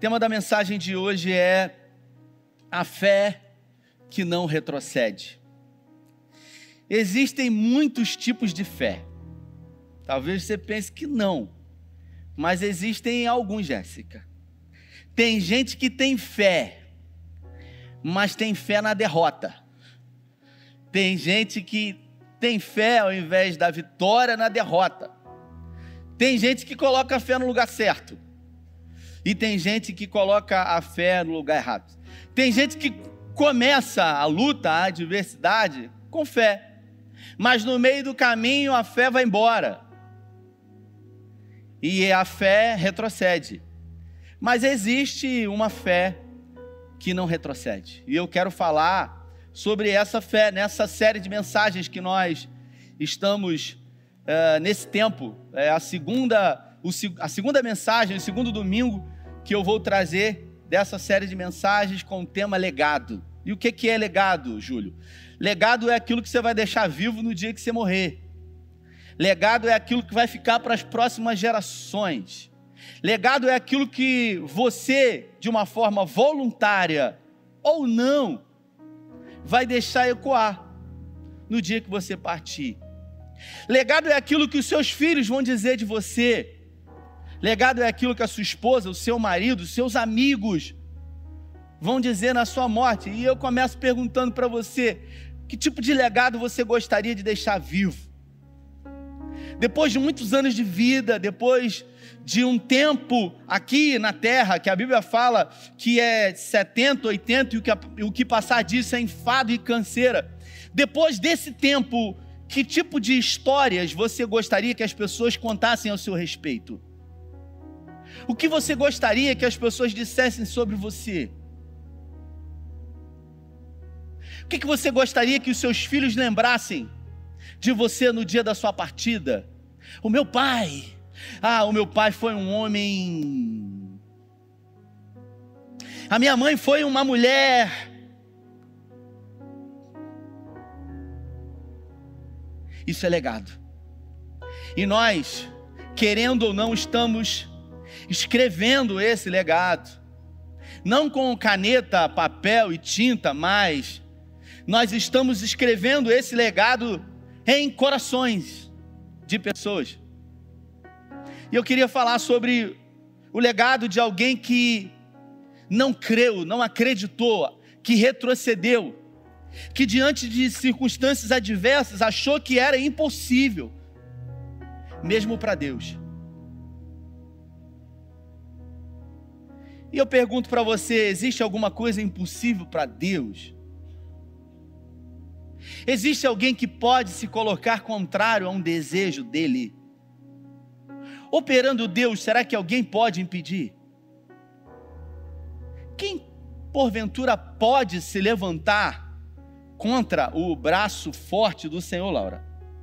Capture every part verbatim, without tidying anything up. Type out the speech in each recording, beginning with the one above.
tema da mensagem de hoje é a fé que não retrocede. Existem muitos tipos de fé. Talvez você pense que não, mas existem alguns, Jéssica. Tem gente que tem fé, mas tem fé na derrota. Tem gente que tem fé ao invés da vitória, na derrota. Tem gente que coloca a fé no lugar certo. E tem gente que coloca a fé no lugar errado. Tem gente que começa a luta, a adversidade, com fé. Mas no meio do caminho a fé vai embora. E a fé retrocede. Mas existe uma fé que não retrocede. E eu quero falar sobre essa fé, nessa série de mensagens que nós estamos uh, nesse tempo. É a segunda, o, a segunda mensagem, o segundo domingo que eu vou trazer dessa série de mensagens com o tema legado. E o que, que é legado, Júlio? Legado é aquilo que você vai deixar vivo no dia que você morrer. Legado é aquilo que vai ficar para as próximas gerações. Legado é aquilo que você, de uma forma voluntária ou não, vai deixar ecoar no dia que você partir. Legado é aquilo que os seus filhos vão dizer de você. Legado é aquilo que a sua esposa, o seu marido, os seus amigos vão dizer na sua morte. E eu começo perguntando para você, que tipo de legado você gostaria de deixar vivo? Depois de muitos anos de vida, depois de um tempo aqui na terra, que a Bíblia fala que é setenta, oitenta, e o que, o que passar disso é enfado e canseira. Depois desse tempo, que tipo de histórias você gostaria que as pessoas contassem ao seu respeito? O que você gostaria que as pessoas dissessem sobre você? O que você gostaria que os seus filhos lembrassem de você no dia da sua partida? O meu pai, ah, o meu pai foi um homem. A minha mãe foi uma mulher. Isso é legado. E nós, querendo ou não, estamos escrevendo esse legado. Não com caneta, papel e tinta, mas nós estamos escrevendo esse legado em corações de pessoas. E eu queria falar sobre o legado de alguém que não creu, não acreditou, que retrocedeu, que diante de circunstâncias adversas achou que era impossível, mesmo para Deus. E eu pergunto para você, existe alguma coisa impossível para Deus? Existe alguém que pode se colocar contrário a um desejo dele? Operando Deus, será que alguém pode impedir? Quem porventura pode se levantar contra o braço forte do Senhor, Laura?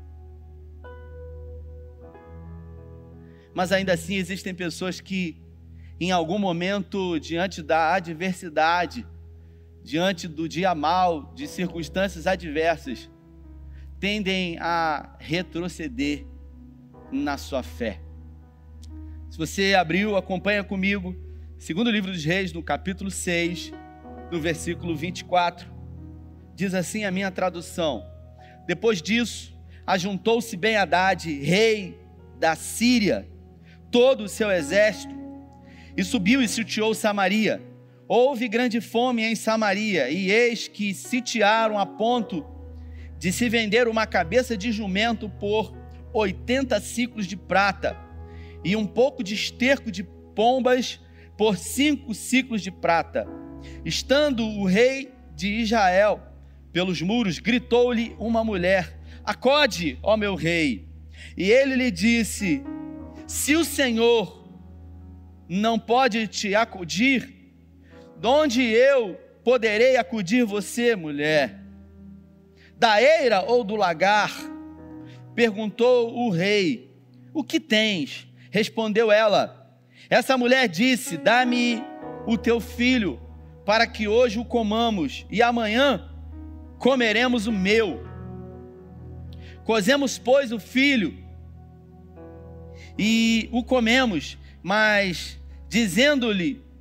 Mas ainda assim existem pessoas que em algum momento, diante da adversidade, diante do dia mal, de circunstâncias adversas, tendem a retroceder na sua fé. Se você abriu, acompanha comigo, segundo livro dos Reis, no capítulo seis, no versículo vinte e quatro, diz assim a minha tradução: depois disso, ajuntou-se Ben-Hadad, rei da Síria, todo o seu exército, e subiu e sitiou Samaria. Houve grande fome em Samaria, e eis que sitiaram a ponto de se vender uma cabeça de jumento por oitenta siclos de prata, e um pouco de esterco de pombas por cinco siclos de prata. Estando o rei de Israel pelos muros, gritou-lhe uma mulher: acode, ó meu rei. E ele lhe disse: se o Senhor não pode te acudir, de onde eu poderei acudir você, mulher? Da eira ou do lagar? Perguntou o rei. O que tens? Respondeu ela. Essa mulher disse: dá-me o teu filho, para que hoje o comamos, e amanhã comeremos o meu. Cozemos, pois, o filho, e o comemos, mas dizendo-lhe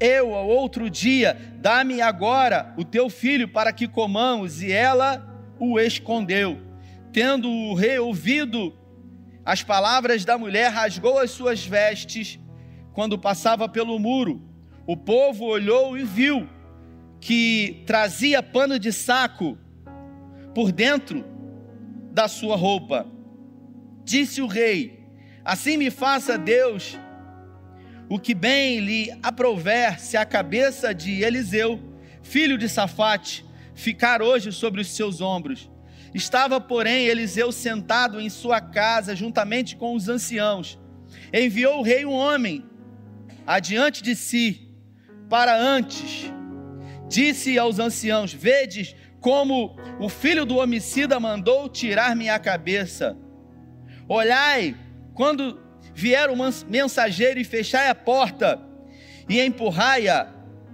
eu ao outro dia, dá-me agora o teu filho para que comamos. E ela o escondeu. Tendo o rei ouvido as palavras da mulher, rasgou as suas vestes quando passava pelo muro. O povo olhou e viu que trazia pano de saco por dentro da sua roupa. Disse o rei: assim me faça Deus o que bem lhe aprouver, se a cabeça de Eliseu, filho de Safate, ficar hoje sobre os seus ombros. Estava, porém, Eliseu sentado em sua casa, juntamente com os anciãos. Enviou o rei um homem adiante de si, para antes. Disse aos anciãos: vedes como o filho do homicida mandou tirar minha cabeça. Olhai, quando vier o mensageiro, e fechai a porta e empurrai-a.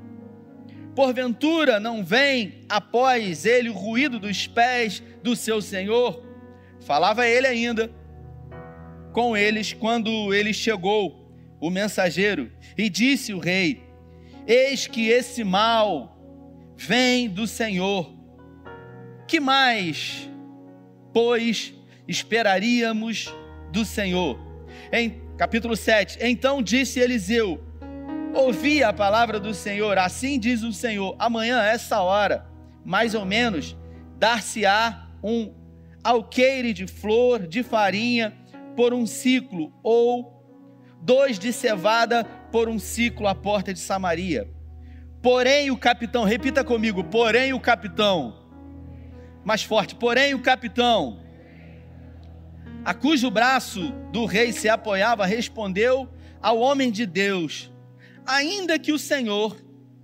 Porventura não vem após ele o ruído dos pés do seu senhor? Falava ele ainda com eles quando ele chegou, o mensageiro, e disse o rei: eis que esse mal vem do Senhor. Que mais, pois, esperaríamos do Senhor? Em capítulo sete, então disse Eliseu: ouvi a palavra do Senhor, assim diz o Senhor, amanhã, a essa hora, mais ou menos, dar-se-á um alqueire de flor de farinha por um ciclo, ou dois de cevada por um ciclo à porta de Samaria. Porém o capitão, repita comigo, porém o capitão, mais forte, porém o capitão, a cujo braço do rei se apoiava, respondeu ao homem de Deus: ainda que o Senhor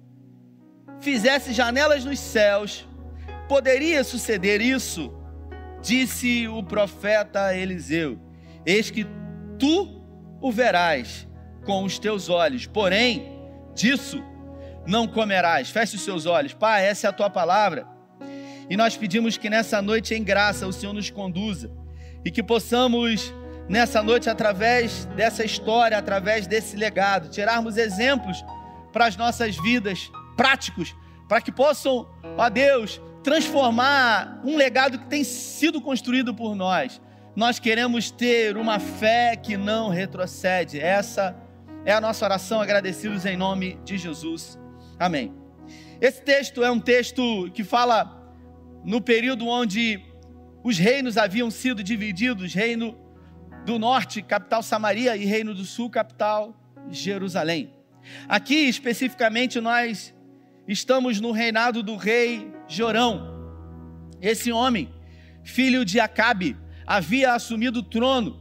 fizesse janelas nos céus, poderia suceder isso? Disse o profeta Eliseu: eis que tu o verás com os teus olhos, porém disso não comerás. Feche os seus olhos. Pai, essa é a tua palavra, e nós pedimos que nessa noite, em graça, o Senhor nos conduza, e que possamos nessa noite, através dessa história, através desse legado, tirarmos exemplos para as nossas vidas, práticos, para que possam, ó Deus, transformar um legado que tem sido construído por nós. Nós queremos ter uma fé que não retrocede. Essa é a nossa oração, agradecidos em nome de Jesus. Amém. Esse texto é um texto que fala no período onde os reinos haviam sido divididos, reino do norte, capital Samaria, e reino do sul, capital Jerusalém. Aqui, especificamente, nós estamos no reinado do rei Jorão. Esse homem, filho de Acabe, havia assumido o trono,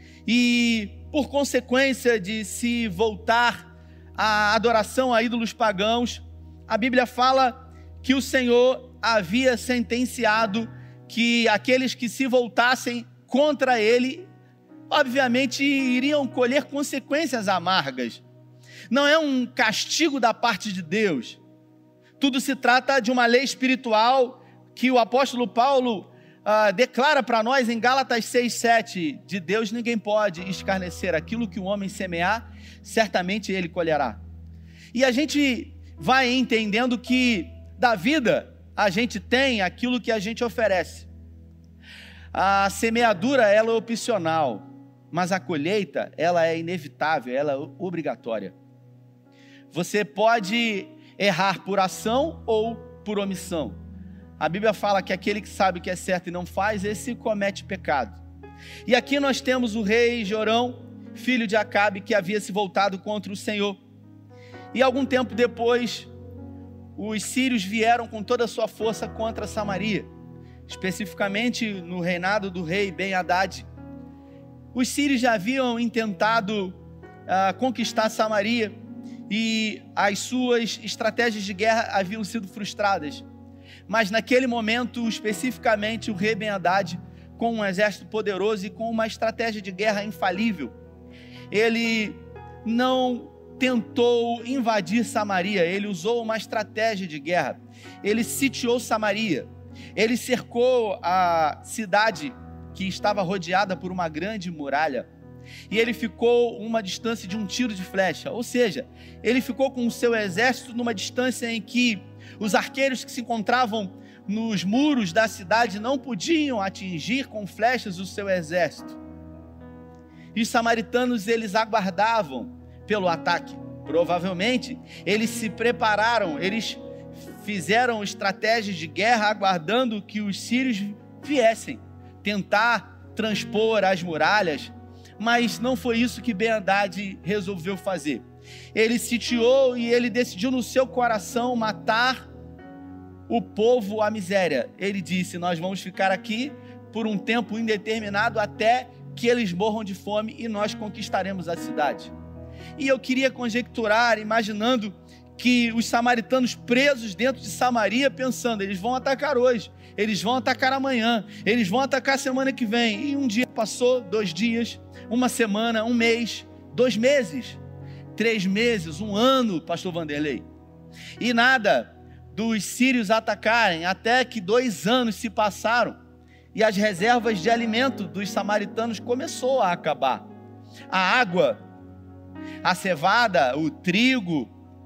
e por consequência de se voltar à adoração a ídolos pagãos, a Bíblia fala que o Senhor havia sentenciado que aqueles que se voltassem contra ele, obviamente iriam colher consequências amargas. Não é um castigo da parte de Deus. Tudo se trata de uma lei espiritual que o apóstolo Paulo uh, declara para nós em Gálatas seis, sete. De Deus ninguém pode escarnecer. Aquilo que o homem semear, certamente ele colherá. E a gente vai entendendo que da vida a gente tem aquilo que a gente oferece. A semeadura, ela é opcional, mas a colheita, ela é inevitável, ela é obrigatória. Você pode errar por ação ou por omissão. A Bíblia fala que aquele que sabe o que é certo e não faz, esse comete pecado. E aqui nós temos o rei Jorão, filho de Acabe, que havia se voltado contra o Senhor. E algum tempo depois, os sírios vieram com toda a sua força contra Samaria, especificamente no reinado do rei Ben-Hadad. Os sírios já haviam intentado uh, conquistar Samaria, e as suas estratégias de guerra haviam sido frustradas. Mas naquele momento, especificamente, o rei Ben-Hadad, com um exército poderoso e com uma estratégia de guerra infalível, ele não tentou invadir Samaria, ele usou uma estratégia de guerra. Ele sitiou Samaria, ele cercou a cidade que estava rodeada por uma grande muralha. e ele ficou uma distância de um tiro de flecha. Ou seja, ele ficou com o seu exército numa distância em que os arqueiros que se encontravam nos muros da cidade não podiam atingir com flechas o seu exército. E os samaritanos, eles aguardavam pelo ataque. Provavelmente, eles se prepararam, eles fizeram estratégias de guerra aguardando que os sírios viessem tentar transpor as muralhas, mas não foi isso que Ben-Hadad resolveu fazer. Ele sitiou e ele decidiu no seu coração matar o povo à miséria. Ele disse: nós vamos ficar aqui por um tempo indeterminado até que eles morram de fome e nós conquistaremos a cidade. E eu queria conjecturar, imaginando que os samaritanos presos dentro de Samaria, pensando: eles vão atacar hoje, eles vão atacar amanhã, eles vão atacar semana que vem. E um dia passou, dois dias, uma semana, um mês, dois meses, três meses, um ano, pastor Vanderlei. E nada dos sírios atacarem, até que dois anos se passaram e as reservas de alimento dos samaritanos começou a acabar. A água, a cevada, o trigo,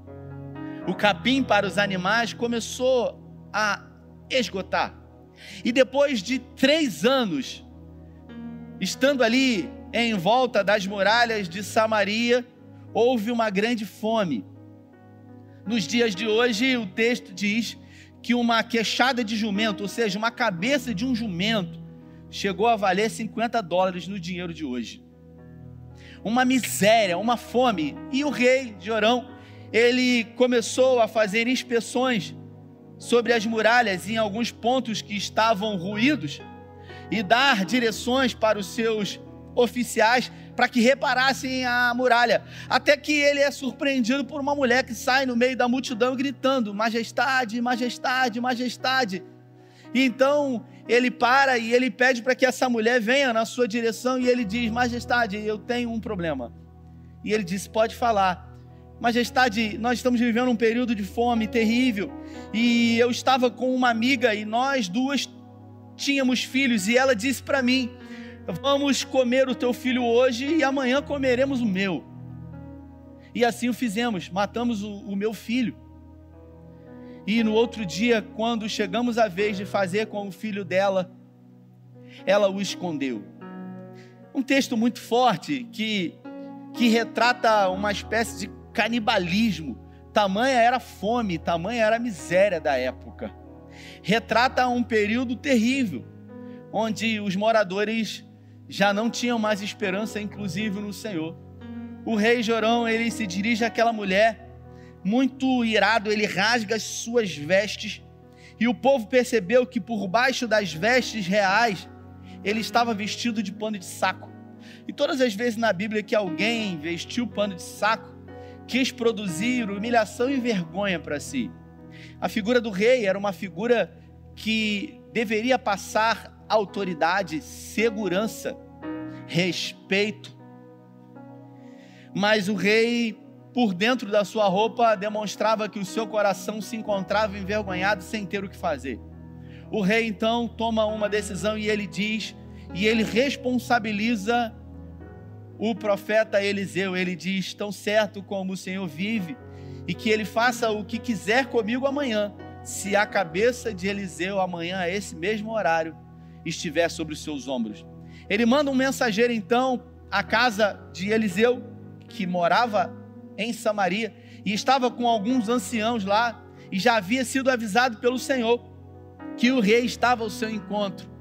o capim para os animais começou a esgotar. E depois de três anos, estando ali em volta das muralhas de Samaria, houve uma grande fome. Nos dias de hoje, o texto diz que uma queixada de jumento, ou seja, uma cabeça de um jumento, chegou a valer cinquenta dólares no dinheiro de hoje. Uma miséria, uma fome. E o rei Jorão, ele começou a fazer inspeções sobre as muralhas em alguns pontos que estavam ruídos e dar direções para os seus oficiais para que reparassem a muralha, até que ele é surpreendido por uma mulher que sai no meio da multidão gritando: majestade, majestade, majestade. E então ele para e ele pede para que essa mulher venha na sua direção e ele diz: majestade, eu tenho um problema. E ele disse: pode falar. Majestade, nós estamos vivendo um período de fome terrível e eu estava com uma amiga e nós duas tínhamos filhos e ela disse para mim: vamos comer o teu filho hoje e amanhã comeremos o meu. E assim o fizemos, matamos o, o meu filho. E no outro dia, quando chegamos à vez de fazer com o filho dela, ela o escondeu. Um texto muito forte que, que retrata uma espécie de canibalismo. Tamanha era a fome, tamanha era a miséria da época. Retrata um período terrível, onde os moradores já não tinham mais esperança, inclusive no Senhor. O rei Jorão, ele se dirige àquela mulher, muito irado, ele rasga as suas vestes, e o povo percebeu que por baixo das vestes reais, ele estava vestido de pano de saco. E todas as vezes na Bíblia que alguém vestiu pano de saco, quis produzir humilhação e vergonha para si. A figura do rei era uma figura que deveria passar autoridade, segurança, respeito. Mas o rei, por dentro da sua roupa, demonstrava que o seu coração se encontrava envergonhado sem ter o que fazer. O rei então toma uma decisão e ele diz, e ele responsabiliza o profeta Eliseu. Ele diz: tão certo como o Senhor vive, e que ele faça o que quiser comigo amanhã, se a cabeça de Eliseu amanhã, a esse mesmo horário, estiver sobre os seus ombros. Ele manda um mensageiro então à casa de Eliseu, que morava em Samaria, e estava com alguns anciãos lá, e já havia sido avisado pelo Senhor que o rei estava ao seu encontro.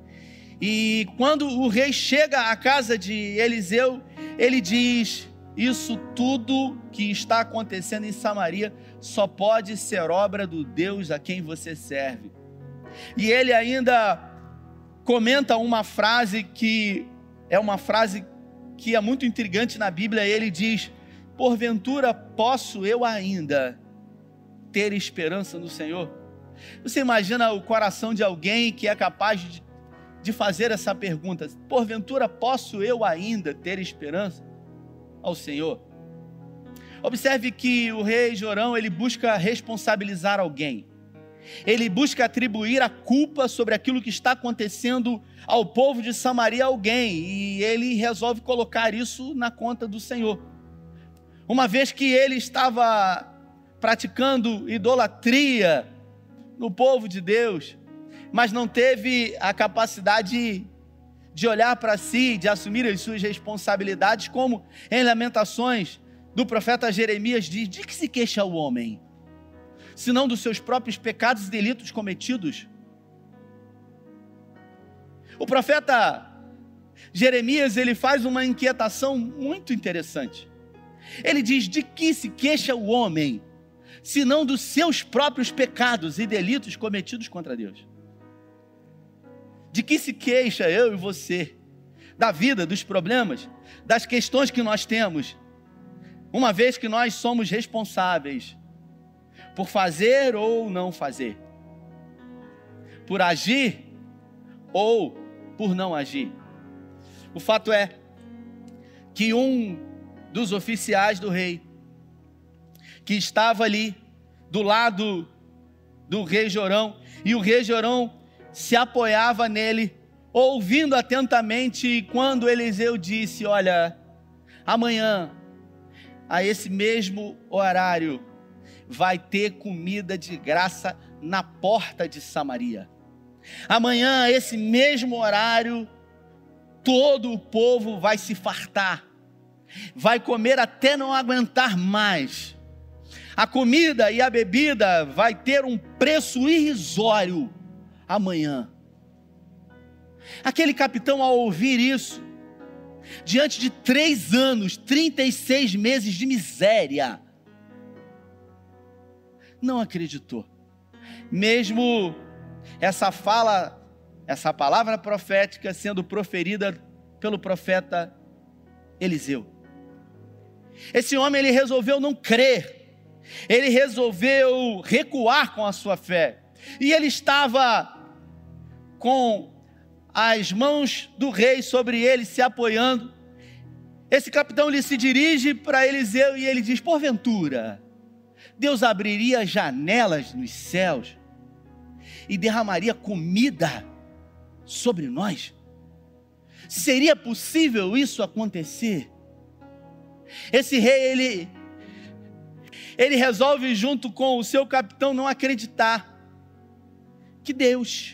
E quando o rei chega à casa de Eliseu, ele diz: isso tudo que está acontecendo em Samaria só pode ser obra do Deus a quem você serve. E ele ainda comenta uma frase que é uma frase que é muito intrigante na Bíblia. Ele diz: porventura posso eu ainda ter esperança no Senhor? Você imagina o coração de alguém que é capaz de de fazer essa pergunta: porventura posso eu ainda ter esperança ao Senhor? Observe que o rei Jorão, ele busca responsabilizar alguém. ele busca atribuir a culpa sobre aquilo que está acontecendo ao povo de Samaria a alguém, e ele resolve colocar isso na conta do Senhor. Uma vez que ele estava praticando idolatria no povo de Deus, mas não teve a capacidade de olhar para si, de assumir as suas responsabilidades, como em Lamentações do profeta Jeremias diz: de que se queixa o homem, senão dos seus próprios pecados e delitos cometidos? O profeta Jeremias, ele faz uma inquietação muito interessante. Ele diz: de que se queixa o homem, senão dos seus próprios pecados e delitos cometidos contra Deus? De que se queixa eu e você? Da vida, dos problemas, das questões que nós temos, uma vez que nós somos responsáveis por fazer ou não fazer, por agir ou por não agir. O fato é que um dos oficiais do rei, que estava ali do lado do rei Jorão, e o rei Jorão se apoiava nele, ouvindo atentamente, quando Eliseu disse: olha, amanhã, a esse mesmo horário, vai ter comida de graça na porta de Samaria. Amanhã, a esse mesmo horário, todo o povo vai se fartar, vai comer até não aguentar mais. A comida e a bebida vai ter um preço irrisório amanhã. Aquele capitão, ao ouvir isso, diante de três anos, trinta e seis meses de miséria, não acreditou. Mesmo essa fala, essa palavra profética sendo proferida pelo profeta Eliseu. Esse homem, ele resolveu não crer, ele resolveu recuar com a sua fé, e ele estava com as mãos do rei sobre ele, se apoiando. Esse capitão, ele se dirige para Eliseu e ele diz: porventura, Deus abriria janelas nos céus e derramaria comida sobre nós? Seria possível isso acontecer? Esse rei, ele, ele resolve, junto com o seu capitão, não acreditar que Deus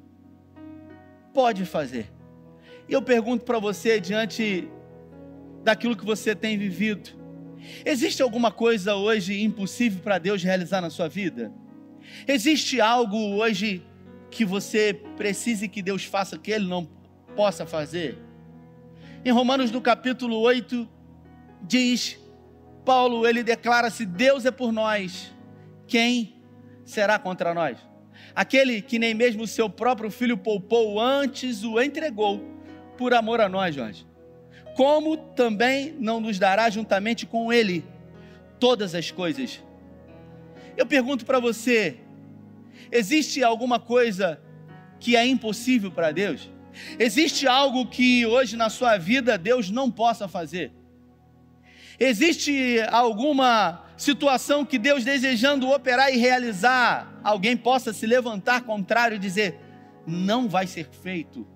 pode fazer. E eu pergunto para você, diante daquilo que você tem vivido, existe alguma coisa hoje impossível para Deus realizar na sua vida? Existe algo hoje que você precise que Deus faça que Ele não possa fazer? Em Romanos, no capítulo oito, diz, Paulo, ele declara: se Deus é por nós, quem será contra nós? Aquele que nem mesmo o seu próprio filho poupou, antes o entregou por amor a nós, Jorge. Como também não nos dará juntamente com ele todas as coisas? Eu pergunto para você, existe alguma coisa que é impossível para Deus? Existe algo que hoje na sua vida Deus não possa fazer? Existe alguma situação que Deus, desejando operar e realizar, alguém possa se levantar contrário e dizer: não vai ser feito?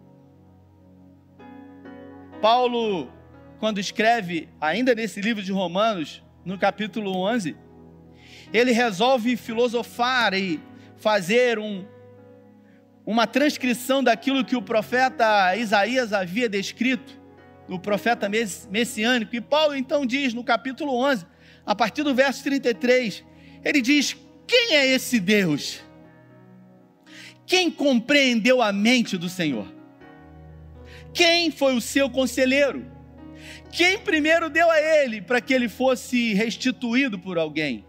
Paulo, quando escreve, ainda nesse livro de Romanos, no capítulo onze, ele resolve filosofar e fazer um, uma transcrição daquilo que o profeta Isaías havia descrito, o profeta messiânico. E Paulo então diz no capítulo onze, a partir do verso trinta e três, ele diz: quem é esse Deus? Quem compreendeu a mente do Senhor? Quem foi o seu conselheiro? Quem primeiro deu a ele para que ele fosse restituído por alguém?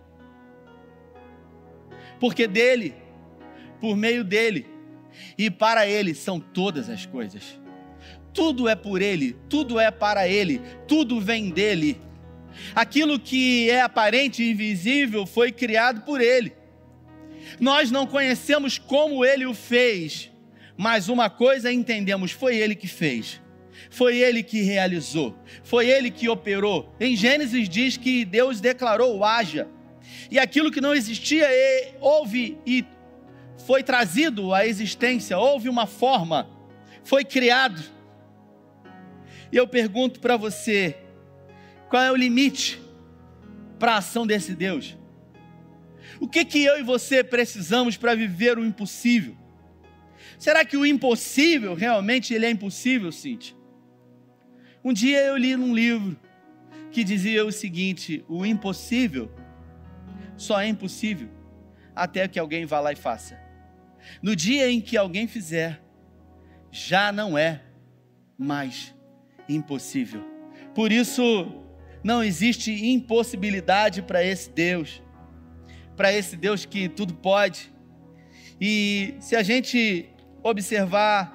Porque dele, por meio dele e para ele são todas as coisas. Tudo é por ele, tudo é para ele, tudo vem dele. Aquilo que é aparente e invisível foi criado por ele. Nós não conhecemos como ele o fez, mas uma coisa entendemos: foi ele que fez, foi ele que realizou, foi ele que operou. Em Gênesis diz que Deus declarou: haja, e aquilo que não existia, houve, e foi trazido à existência, houve uma forma, foi criado. E eu pergunto para você, qual é o limite para a ação desse Deus? O que que eu e você precisamos para viver o impossível? Será que o impossível realmente ele é impossível, Cíntia? Um dia eu li num livro que dizia o seguinte: o impossível só é impossível até que alguém vá lá e faça. No dia em que alguém fizer, já não é mais impossível. Por isso, não existe impossibilidade para esse Deus, para esse Deus que tudo pode. E se a gente observar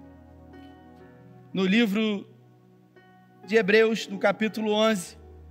no livro de Hebreus, no capítulo onze,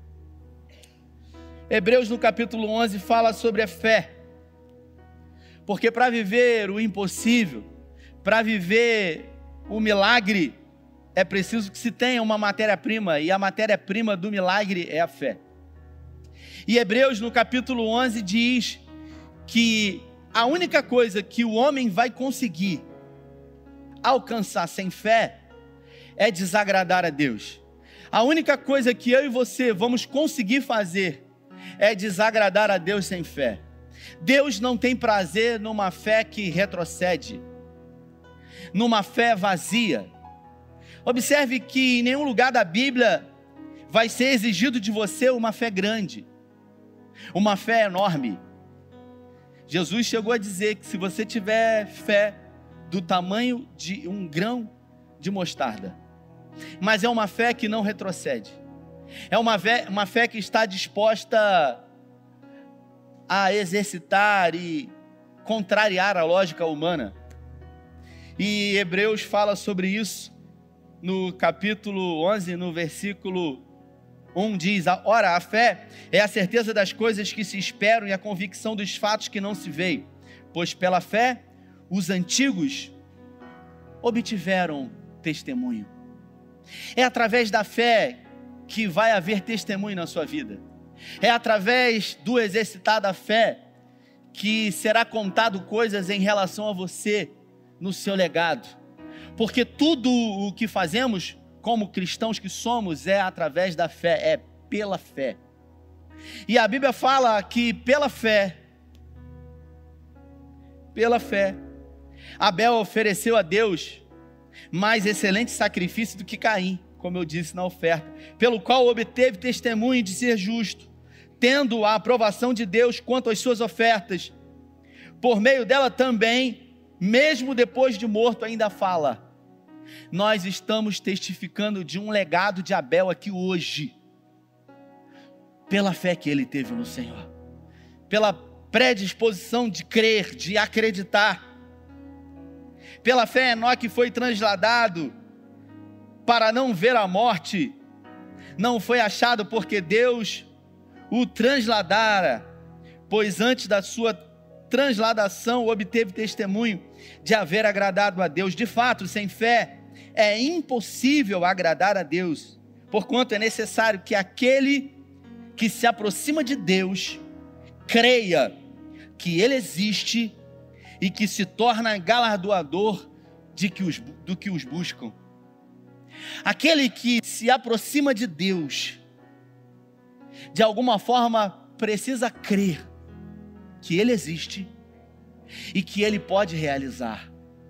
Hebreus no capítulo onze fala sobre a fé, porque para viver o impossível, para viver o milagre, é preciso que se tenha uma matéria-prima, e a matéria-prima do milagre é a fé. E Hebreus no capítulo onze diz que a única coisa que o homem vai conseguir alcançar sem fé é desagradar a Deus. A única coisa que eu e você vamos conseguir fazer é desagradar a Deus sem fé. Deus não tem prazer numa fé que retrocede, numa fé vazia. Observe que em nenhum lugar da Bíblia vai ser exigido de você uma fé grande, uma fé enorme. Jesus chegou a dizer que se você tiver fé do tamanho de um grão de mostarda, mas é uma fé que não retrocede, é uma fé, uma fé que está disposta a exercitar e contrariar a lógica humana. E Hebreus fala sobre isso no capítulo onze, no versículo um, diz: ora, a fé é a certeza das coisas que se esperam e a convicção dos fatos que não se veem, pois pela fé os antigos obtiveram testemunho. É através da fé que vai haver testemunho na sua vida. É através do exercitar da fé que será contado coisas em relação a você no seu legado. Porque tudo o que fazemos como cristãos que somos é através da fé, é pela fé. E a Bíblia fala que pela fé, pela fé, Abel ofereceu a Deus mais excelente sacrifício do que Caim, como eu disse na oferta, pelo qual obteve testemunho de ser justo, tendo a aprovação de Deus quanto às suas ofertas. Por meio dela também, mesmo depois de morto, ainda fala. Nós estamos testificando de um legado de Abel aqui hoje, pela fé que ele teve no Senhor, pela predisposição de crer, de acreditar. Pela fé, Enoque foi transladado para não ver a morte, não foi achado porque Deus o transladara, pois antes da sua transladação obteve testemunho de haver agradado a Deus. De fato, sem fé é impossível agradar a Deus, porquanto é necessário que aquele que se aproxima de Deus creia que Ele existe e que se torna galardoador de que os, do que os buscam. Aquele que se aproxima de Deus, de alguma forma precisa crer que Ele existe e que Ele pode realizar.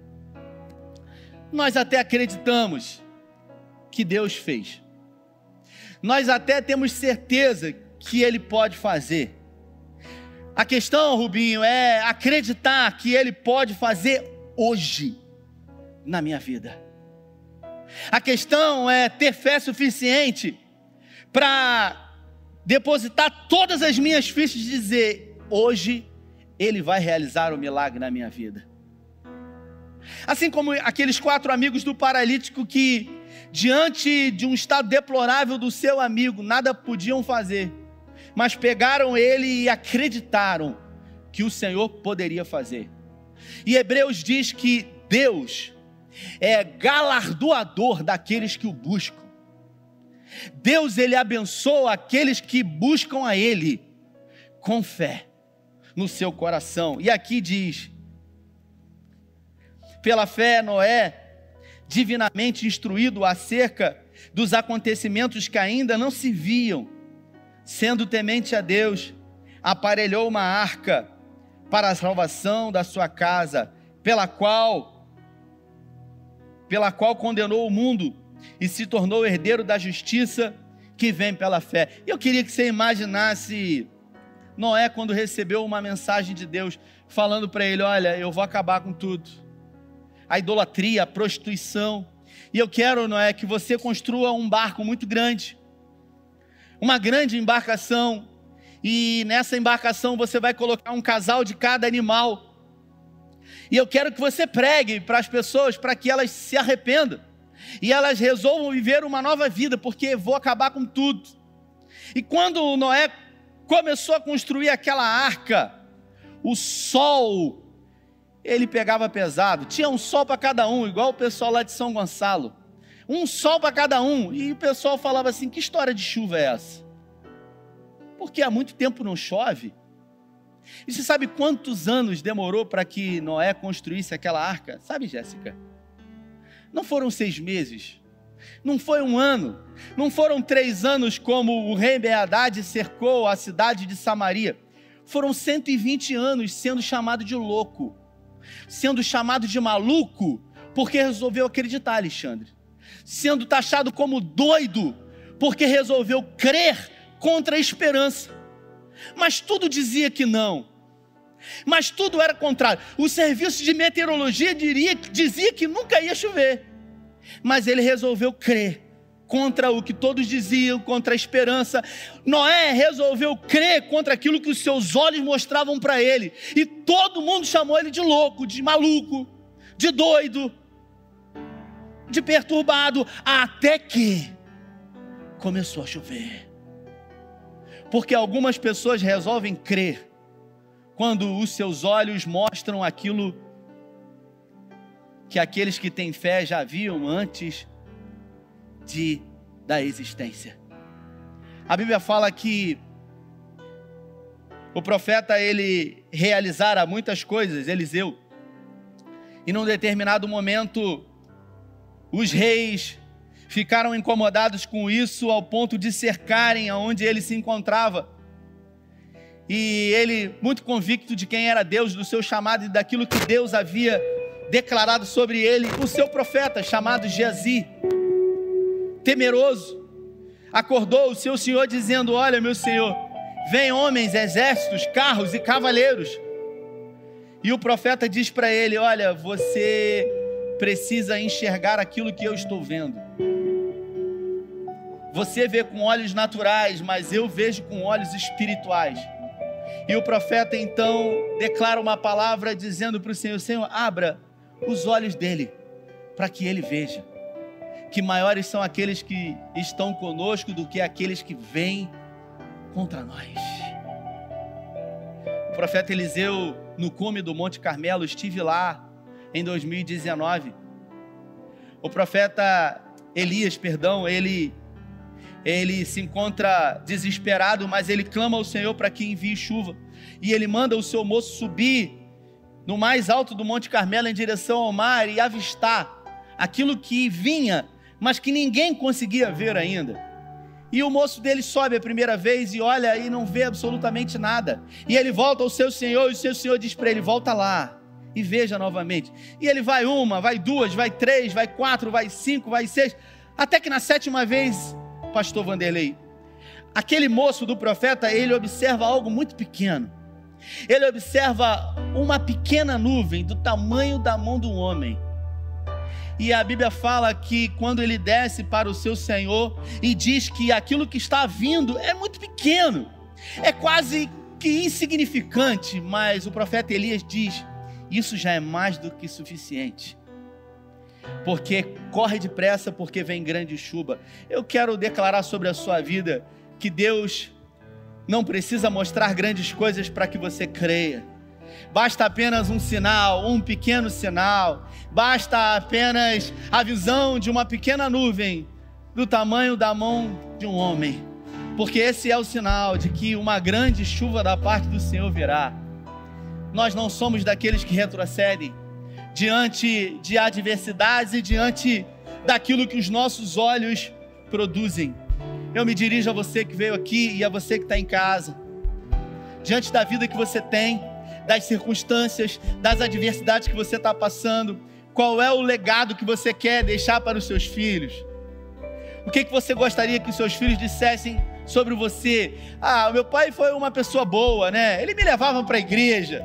Nós até acreditamos que Deus fez, nós até temos certeza que Ele pode fazer. A questão, Rubinho, é acreditar que Ele pode fazer hoje na minha vida. A questão é ter fé suficiente para depositar todas as minhas fichas e dizer: hoje Ele vai realizar o milagre na minha vida. Assim como aqueles quatro amigos do paralítico que, diante de um estado deplorável do seu amigo, nada podiam fazer, mas pegaram ele e acreditaram que o Senhor poderia fazer. E Hebreus diz que Deus é galardoador daqueles que o buscam. Deus, Ele abençoa aqueles que buscam a Ele com fé no seu coração. E aqui diz Pela fé, Noé, divinamente instruído acerca dos acontecimentos que ainda não se viam, sendo temente a Deus, aparelhou uma arca para a salvação da sua casa, pela qual, pela qual condenou o mundo e se tornou herdeiro da justiça que vem pela fé. Eu queria que você imaginasse Noé quando recebeu uma mensagem de Deus, falando para ele: olha, eu vou acabar com tudo, a idolatria, a prostituição, e eu quero, Noé, que você construa um barco muito grande, uma grande embarcação, e nessa embarcação você vai colocar um casal de cada animal, e eu quero que você pregue para as pessoas, para que elas se arrependam, e elas resolvam viver uma nova vida, porque vou acabar com tudo. E quando Noé começou a construir aquela arca, o sol, ele pegava pesado, tinha um sol para cada um, igual o pessoal lá de São Gonçalo, um sol para cada um, e o pessoal falava assim: que história de chuva é essa? Porque há muito tempo não chove. E você sabe quantos anos demorou para que Noé construísse aquela arca? Sabe, Jéssica? Não foram seis meses, não foi um ano, não foram três anos como o rei Ben-Hadad cercou a cidade de Samaria. Foram cento e vinte anos sendo chamado de louco, sendo chamado de maluco, porque resolveu acreditar, Alexandre. Sendo taxado como doido, porque resolveu crer contra a esperança. Mas tudo dizia que não. Mas tudo era contrário. O serviço de meteorologia diria, dizia que nunca ia chover. Mas ele resolveu crer contra o que todos diziam, contra a esperança. Noé resolveu crer contra aquilo que os seus olhos mostravam para ele. E todo mundo chamou ele de louco, de maluco, de doido, de perturbado, até que começou a chover. Porque algumas pessoas resolvem crer quando os seus olhos mostram aquilo que aqueles que têm fé já viam antes de, da existência. A Bíblia fala que o profeta, ele realizara muitas coisas, Eliseu, e num determinado momento os reis ficaram incomodados com isso ao ponto de cercarem aonde ele se encontrava. E ele, muito convicto de quem era Deus, do seu chamado e daquilo que Deus havia declarado sobre ele, o seu profeta chamado Geazi, temeroso, acordou o seu senhor dizendo: olha, meu senhor, vem homens, exércitos, carros e cavaleiros. E o profeta diz para ele: olha, você precisa enxergar aquilo que eu estou vendo. Você vê com olhos naturais, mas eu vejo com olhos espirituais. E o profeta então declara uma palavra dizendo para o Senhor: Senhor, abra os olhos dele, para que ele veja que maiores são aqueles que estão conosco do que aqueles que vêm contra nós. O profeta Eliseu, no cume do Monte Carmelo, estive lá em dois mil e dezenove. O profeta Elias, perdão, ele, ele se encontra desesperado, mas ele clama ao Senhor para que envie chuva. E ele manda o seu moço subir no mais alto do Monte Carmelo em direção ao mar e avistar aquilo que vinha, mas que ninguém conseguia ver ainda. E o moço dele sobe a primeira vez e olha e não vê absolutamente nada. E ele volta ao seu senhor e o seu senhor diz para ele: volta lá e veja novamente. E ele vai uma, vai duas, vai três, vai quatro, vai cinco, vai seis, até que na sétima vez, pastor Vanderlei, aquele moço do profeta, ele observa algo muito pequeno. Ele observa uma pequena nuvem do tamanho da mão do homem. E a Bíblia fala que quando ele desce para o seu Senhor e diz que aquilo que está vindo é muito pequeno, é quase que insignificante, mas o profeta Elias diz: isso já é mais do que suficiente, porque corre depressa, porque vem grande chuva. Eu quero declarar sobre a sua vida que Deus não precisa mostrar grandes coisas para que você creia. Basta apenas um sinal, um pequeno sinal. Basta apenas a visão de uma pequena nuvem do tamanho da mão de um homem. Porque esse é o sinal de que uma grande chuva da parte do Senhor virá. Nós não somos daqueles que retrocedem, diante de adversidades e diante daquilo que os nossos olhos produzem. Eu me dirijo a você que veio aqui e a você que está em casa. Diante da vida que você tem, das circunstâncias, das adversidades que você está passando, qual é o legado que você quer deixar para os seus filhos? O que, que você gostaria que os seus filhos dissessem sobre você? Ah, o meu pai foi uma pessoa boa, né? Ele me levava para a igreja.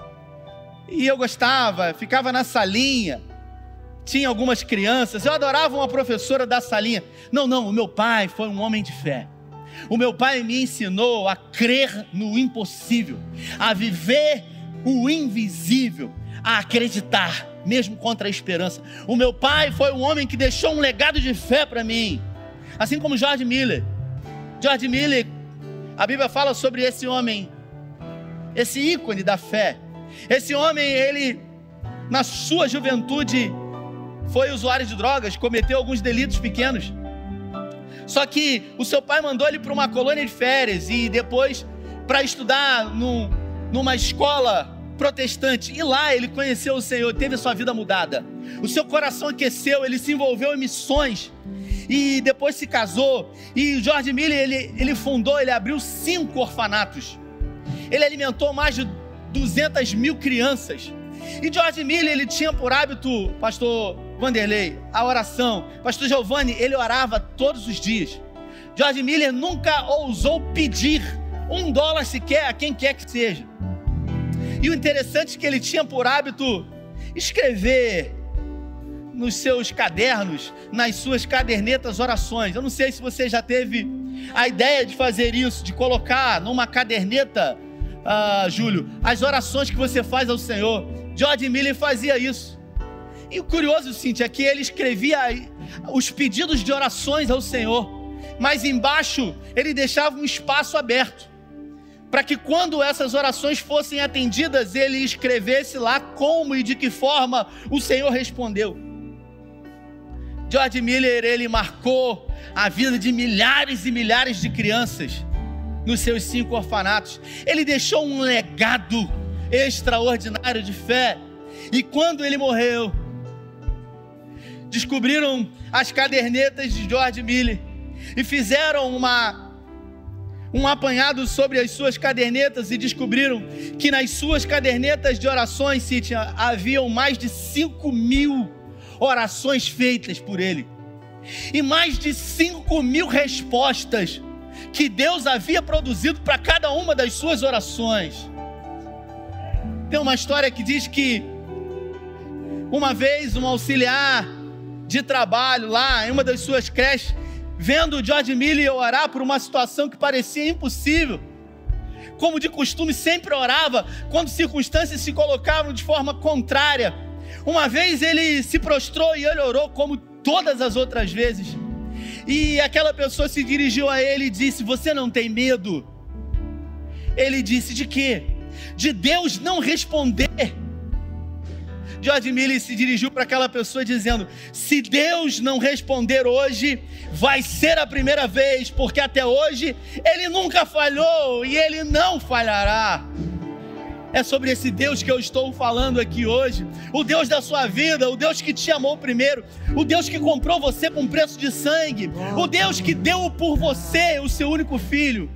E eu gostava, ficava na salinha. Tinha algumas crianças, eu adorava uma professora da salinha. Não, não, o meu pai foi um homem de fé. O meu pai me ensinou a crer no impossível, a viver o invisível, a acreditar, mesmo contra a esperança. O meu pai foi um homem que deixou um legado de fé para mim. Assim como George Miller. George Miller, a Bíblia fala sobre esse homem, esse ícone da fé. Esse homem, ele, na sua juventude, foi usuário de drogas, cometeu alguns delitos pequenos. Só que o seu pai mandou ele para uma colônia de férias e depois para estudar num, numa escola protestante. E lá ele conheceu o Senhor, teve a sua vida mudada. O seu coração aqueceu, ele se envolveu em missões e depois se casou. E George Miller, ele, ele fundou, ele abriu cinco orfanatos. Ele alimentou mais de duzentas mil crianças. E George Miller, ele tinha por hábito, pastor Vanderlei, a oração. Pastor Giovanni, ele orava todos os dias. George Miller nunca ousou pedir um dólar sequer a quem quer que seja. E o interessante é que ele tinha por hábito escrever nos seus cadernos, nas suas cadernetas, orações. Eu não sei se você já teve a ideia de fazer isso, de colocar numa caderneta, uh, Júlio, as orações que você faz ao Senhor. George Miller fazia isso. E o curioso, Cíntia, é que ele escrevia os pedidos de orações ao Senhor, mas embaixo ele deixava um espaço aberto, para que quando essas orações fossem atendidas, ele escrevesse lá como e de que forma o Senhor respondeu. George Miller, ele marcou a vida de milhares e milhares de crianças nos seus cinco orfanatos. Ele deixou um legado extraordinário de fé. E quando ele morreu, descobriram as cadernetas de George Miller e fizeram uma, um apanhado sobre as suas cadernetas e descobriram que nas suas cadernetas de orações, Cíntia, haviam mais de cinco mil orações feitas por ele e mais de cinco mil respostas que Deus havia produzido para cada uma das suas orações. Tem uma história que diz que uma vez um auxiliar de trabalho lá em uma das suas creches, vendo George Miller orar por uma situação que parecia impossível, como de costume sempre orava quando circunstâncias se colocavam de forma contrária. Uma vez ele se prostrou e ele orou como todas as outras vezes. E aquela pessoa se dirigiu a ele e disse: "Você não tem medo?" Ele disse: "De quê?" "De Deus não responder." George Miller se dirigiu para aquela pessoa dizendo: "Se Deus não responder hoje, vai ser a primeira vez, porque até hoje Ele nunca falhou e Ele não falhará." É sobre esse Deus que eu estou falando aqui hoje. O Deus da sua vida, o Deus que te amou primeiro, o Deus que comprou você com preço de sangue, o Deus que deu por você o seu único filho.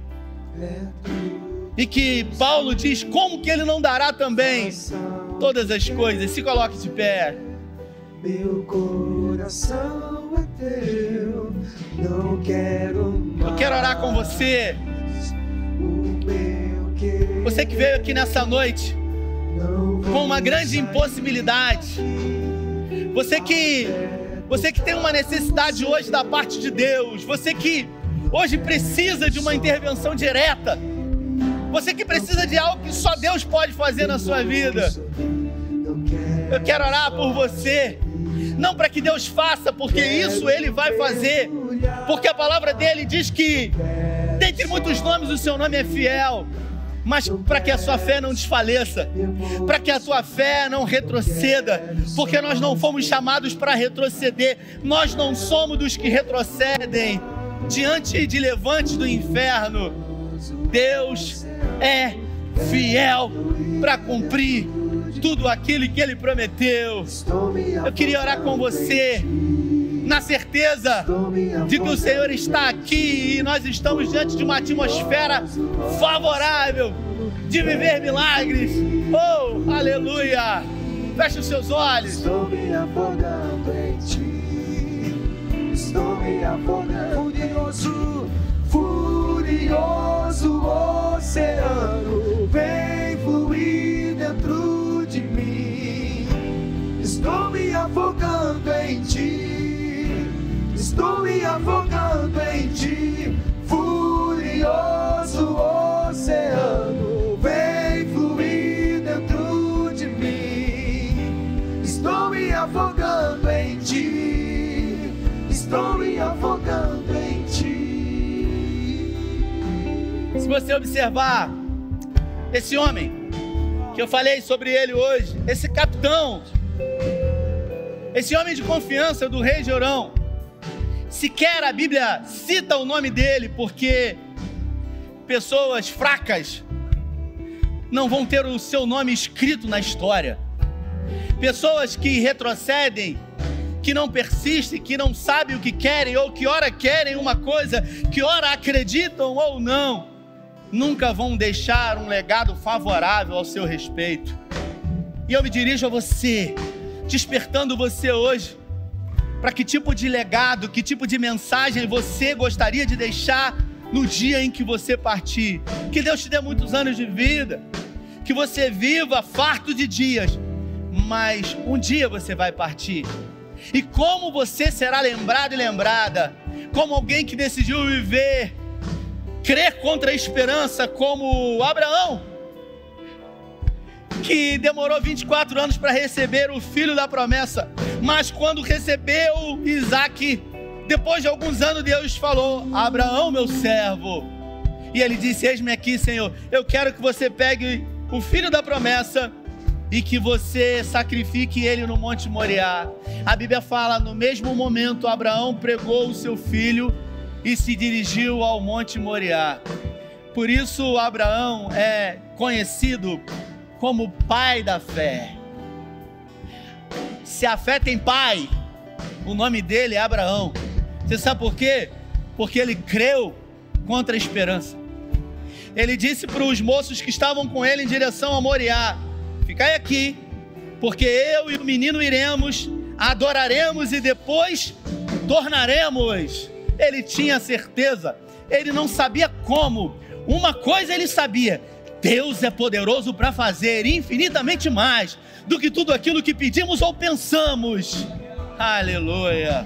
E que Paulo diz: como que Ele não dará também todas as coisas? Se coloque de pé. Meu coração é teu, não quero mais. Eu quero orar com você. Você que veio aqui nessa noite com uma grande impossibilidade. Você que, você que tem uma necessidade hoje da parte de Deus. Você que hoje precisa de uma intervenção direta. Você que precisa de algo que só Deus pode fazer na sua vida. Eu quero orar por você. Não para que Deus faça, porque isso Ele vai fazer. Porque a palavra dEle diz que dentre muitos nomes o seu nome é fiel. Mas para que a sua fé não desfaleça, para que a tua fé não retroceda, porque nós não fomos chamados para retroceder. Nós não somos dos que retrocedem diante de levantes do inferno. Deus é fiel para cumprir tudo aquilo que Ele prometeu. Eu queria orar com você, na certeza de que o Senhor está aqui e nós estamos diante de uma atmosfera favorável de viver milagres. Oh, aleluia! Feche os seus olhos. Estou me afogando em Ti, estou me afogando. Furioso, furioso oceano, vem fluir dentro de mim. Estou me afogando em Ti, estou me afogando em Ti. Furioso oceano, vem fluir dentro de mim. Estou me afogando em Ti, estou me afogando em Ti. Se você observar esse homem que eu falei sobre ele hoje, esse capitão, esse homem de confiança do rei Jorão, sequer a Bíblia cita o nome dele, porque pessoas fracas não vão ter o seu nome escrito na história. Pessoas que retrocedem, que não persistem, que não sabem o que querem, ou que ora querem uma coisa, que ora acreditam ou não, nunca vão deixar um legado favorável ao seu respeito. E eu me dirijo a você, despertando você hoje, para que tipo de legado, que tipo de mensagem você gostaria de deixar no dia em que você partir. Que Deus te dê muitos anos de vida, que você viva farto de dias, mas um dia você vai partir. E como você será lembrado e lembrada? Como alguém que decidiu viver, crer contra a esperança, como Abraão, que demorou vinte e quatro anos para receber o filho da promessa, mas quando recebeu Isaac, depois de alguns anos, Deus falou: Abraão, meu servo. E ele disse: eis-me aqui, Senhor, eu quero que você pegue o filho da promessa e que você sacrifique ele no Monte Moriá. A Bíblia fala: no mesmo momento, Abraão pregou o seu filho e se dirigiu ao Monte Moriá. Por isso, Abraão é conhecido como pai da fé. Se a fé tem pai, o nome dele é Abraão. Você sabe por quê? Porque ele creu contra a esperança. Ele disse para os moços que estavam com ele em direção a Moriá: ficai aqui, porque eu e o menino iremos, adoraremos e depois tornaremos. Ele tinha certeza, ele não sabia como. Uma coisa ele sabia: Deus é poderoso para fazer infinitamente mais do que tudo aquilo que pedimos ou pensamos. Aleluia.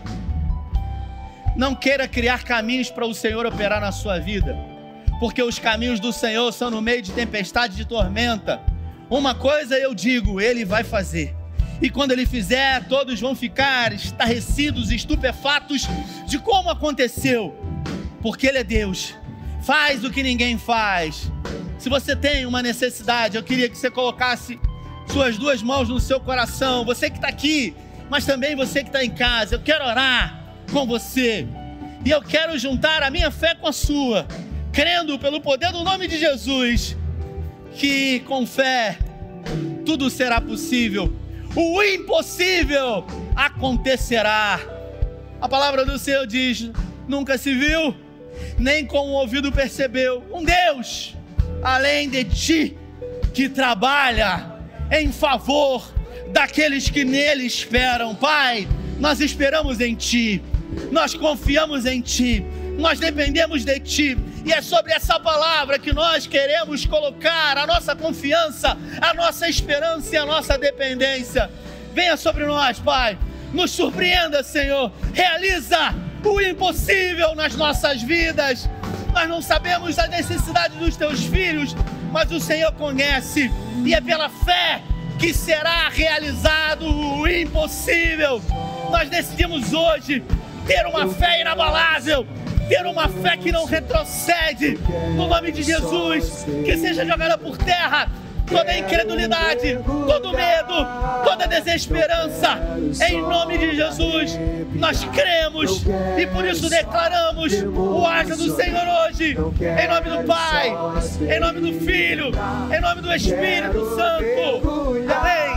Não queira criar caminhos para o Senhor operar na sua vida, porque os caminhos do Senhor são no meio de tempestade, de tormenta. Uma coisa eu digo: Ele vai fazer. E quando Ele fizer, todos vão ficar estarrecidos, estupefatos de como aconteceu, porque Ele é Deus, faz o que ninguém faz. Se você tem uma necessidade, eu queria que você colocasse suas duas mãos no seu coração. Você que está aqui, mas também você que está em casa, eu quero orar com você, e eu quero juntar a minha fé com a sua, crendo pelo poder do nome de Jesus, que com fé tudo será possível, o impossível acontecerá. A palavra do Senhor diz: nunca se viu, nem com o ouvido percebeu, um Deus além de ti, que trabalha em favor daqueles que nele esperam. Pai, nós esperamos em Ti, nós confiamos em Ti, nós dependemos de Ti, e é sobre essa palavra que nós queremos colocar a nossa confiança, a nossa esperança e a nossa dependência. Venha sobre nós, Pai, nos surpreenda, Senhor, realiza o impossível nas nossas vidas. Nós não sabemos a necessidade dos Teus filhos, mas o Senhor conhece, e é pela fé que será realizado o impossível. Nós decidimos hoje ter uma fé inabalável, ter uma fé que não retrocede, no nome de Jesus. Que seja jogada por terra toda incredulidade, todo medo, toda desesperança. Em nome de Jesus, nós cremos e por isso declaramos o arca do Senhor hoje. Em nome do Pai, em nome do Filho, em nome do Espírito Santo. Amém.